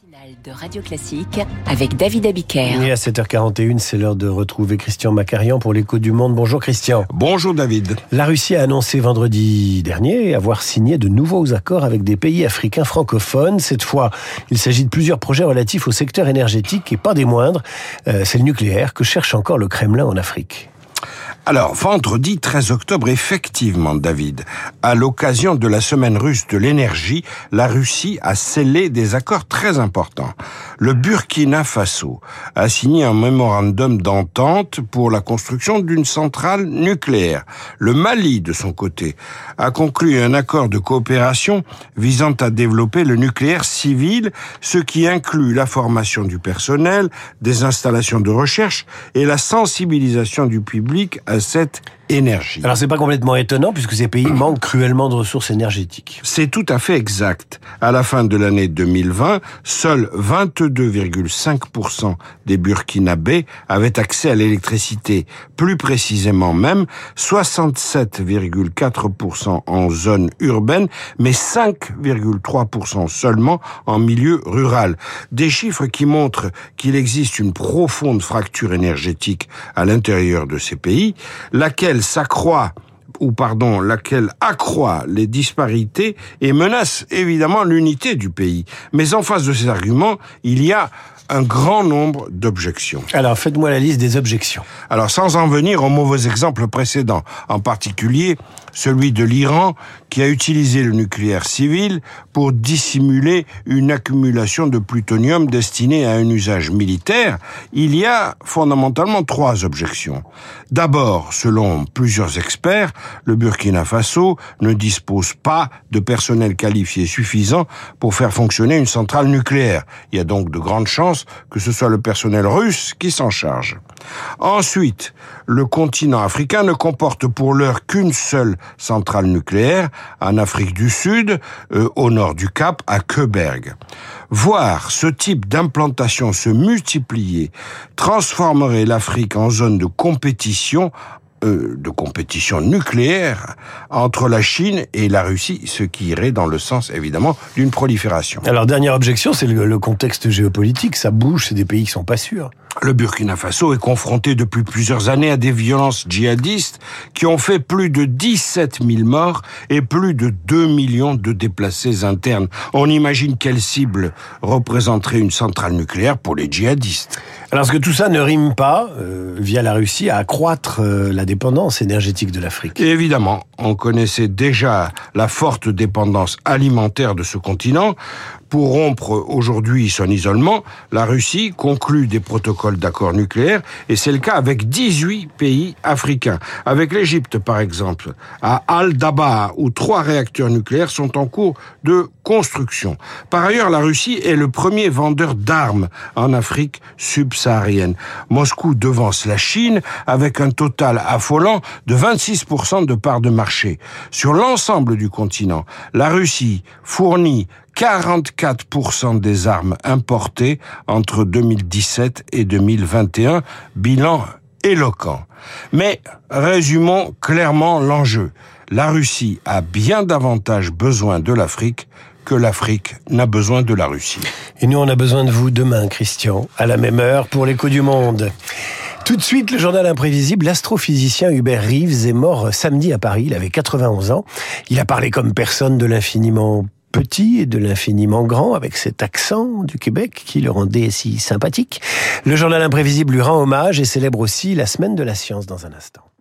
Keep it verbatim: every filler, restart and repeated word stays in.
De Radio Classique avec David Abiker. Et à sept heures quarante et une, c'est l'heure de retrouver Christian Macarian pour l'écho du monde. Bonjour Christian. Bonjour David. La Russie a annoncé vendredi dernier avoir signé de nouveaux accords avec des pays africains francophones. Cette fois, il s'agit de plusieurs projets relatifs au secteur énergétique et pas des moindres. Euh, c'est le nucléaire que cherche encore le Kremlin en Afrique. Alors, vendredi treize octobre, effectivement, David, à l'occasion de la semaine russe de l'énergie, la Russie a scellé des accords très importants. Le Burkina Faso a signé un mémorandum d'entente pour la construction d'une centrale nucléaire. Le Mali, de son côté, a conclu un accord de coopération visant à développer le nucléaire civil, ce qui inclut la formation du personnel, des installations de recherche et la sensibilisation du public à cette énergie. Alors c'est pas complètement étonnant puisque ces pays manquent cruellement de ressources énergétiques. C'est tout à fait exact. À la fin de l'année deux mille vingt, seuls vingt-deux virgule cinq pour cent des Burkinabés avaient accès à l'électricité. Plus précisément même, soixante-sept virgule quatre pour cent en zone urbaine, mais cinq virgule trois pour cent seulement en milieu rural. Des chiffres qui montrent qu'il existe une profonde fracture énergétique à l'intérieur de ces pays, laquelle s'accroît, ou pardon, laquelle accroît les disparités et menace évidemment l'unité du pays. Mais en face de ces arguments, il y a un grand nombre d'objections. Alors, faites-moi la liste des objections. Alors, sans en venir aux mauvais exemples précédents, en particulier celui de l'Iran, qui a utilisé le nucléaire civil pour dissimuler une accumulation de plutonium destinée à un usage militaire, il y a fondamentalement trois objections. D'abord, selon plusieurs experts, le Burkina Faso ne dispose pas de personnel qualifié suffisant pour faire fonctionner une centrale nucléaire. Il y a donc de grandes chances que ce soit le personnel russe qui s'en charge. Ensuite, le continent africain ne comporte pour l'heure qu'une seule centrale nucléaire, en Afrique du Sud, euh, au nord du Cap, à Koeberg. Voir ce type d'implantation se multiplier transformerait l'Afrique en zone de compétition Euh, de compétition nucléaire entre la Chine et la Russie, ce qui irait dans le sens, évidemment, d'une prolifération. Alors, dernière objection, c'est le, le contexte géopolitique. Ça bouge, c'est des pays qui sont pas sûrs. Le Burkina Faso est confronté depuis plusieurs années à des violences djihadistes qui ont fait plus de dix-sept mille morts et plus de deux millions de déplacés internes. On imagine quelle cible représenterait une centrale nucléaire pour les djihadistes. Alors, est-ce que tout ça ne rime pas, euh, via la Russie, à accroître euh, la dépendance énergétique de l'Afrique ? Et évidemment, on connaissait déjà la forte dépendance alimentaire de ce continent. Pour rompre aujourd'hui son isolement, la Russie conclut des protocoles d'accord nucléaires, et c'est le cas avec dix-huit pays africains. Avec l'Égypte, par exemple, à Al-Dabaa, où trois réacteurs nucléaires sont en cours de construction. Par ailleurs, la Russie est le premier vendeur d'armes en Afrique subsaharienne. Moscou devance la Chine avec un total affolant de vingt-six pour cent de parts de marché. Sur l'ensemble du continent, la Russie fournit quarante-quatre pour cent des armes importées entre deux mille dix-sept et deux mille vingt et un, bilan éloquent. Mais résumons clairement l'enjeu. La Russie a bien davantage besoin de l'Afrique que l'Afrique n'a besoin de la Russie. Et nous, on a besoin de vous demain, Christian, à la même heure pour l'écho du monde. Tout de suite, le journal imprévisible. L'astrophysicien Hubert Reeves est mort samedi à Paris. Il avait quatre-vingt-onze ans. Il a parlé comme personne de l'infiniment petit et de l'infiniment grand, avec cet accent du Québec qui le rendait si sympathique. Le journal imprévisible lui rend hommage et célèbre aussi la semaine de la science dans un instant.